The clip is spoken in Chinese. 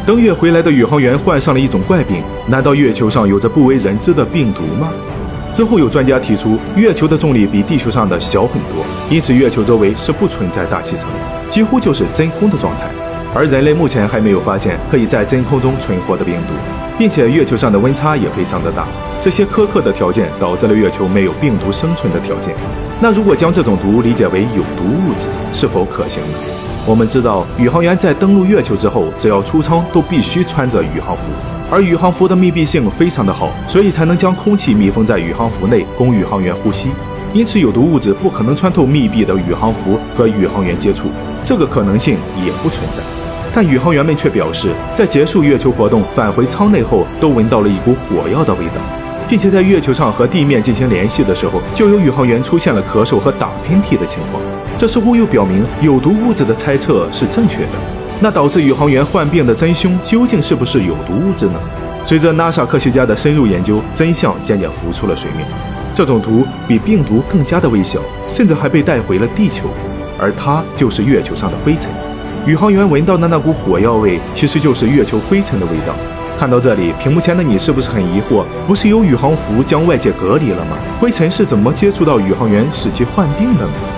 登月回来的宇航员患上了一种怪病，难道月球上有着不为人知的病毒吗？之后有专家提出，月球的重力比地球上的小很多，因此月球周围是不存在大气层，几乎就是真空的状态。而人类目前还没有发现可以在真空中存活的病毒，并且月球上的温差也非常的大，这些苛刻的条件导致了月球没有病毒生存的条件。那如果将这种毒理解为有毒物质，是否可行呢？我们知道，宇航员在登陆月球之后，只要出舱都必须穿着宇航服，而宇航服的密闭性非常的好，所以才能将空气密封在宇航服内，供宇航员呼吸。因此，有毒物质不可能穿透密闭的宇航服和宇航员接触，这个可能性也不存在。但宇航员们却表示，在结束月球活动返回舱内后，都闻到了一股火药的味道，并且在月球上和地面进行联系的时候，就有宇航员出现了咳嗽和打喷嚏的情况。这似乎又表明有毒物质的猜测是正确的。那导致宇航员患病的真凶究竟是不是有毒物质呢？随着 NASA 科学家的深入研究，真相渐渐浮出了水面。这种毒比病毒更加的微小，甚至还被带回了地球，而它就是月球上的灰尘。宇航员闻到的那股火药味，其实就是月球灰尘的味道。看到这里，屏幕前的你是不是很疑惑？不是有宇航服将外界隔离了吗？灰尘是怎么接触到宇航员使其患病的呢？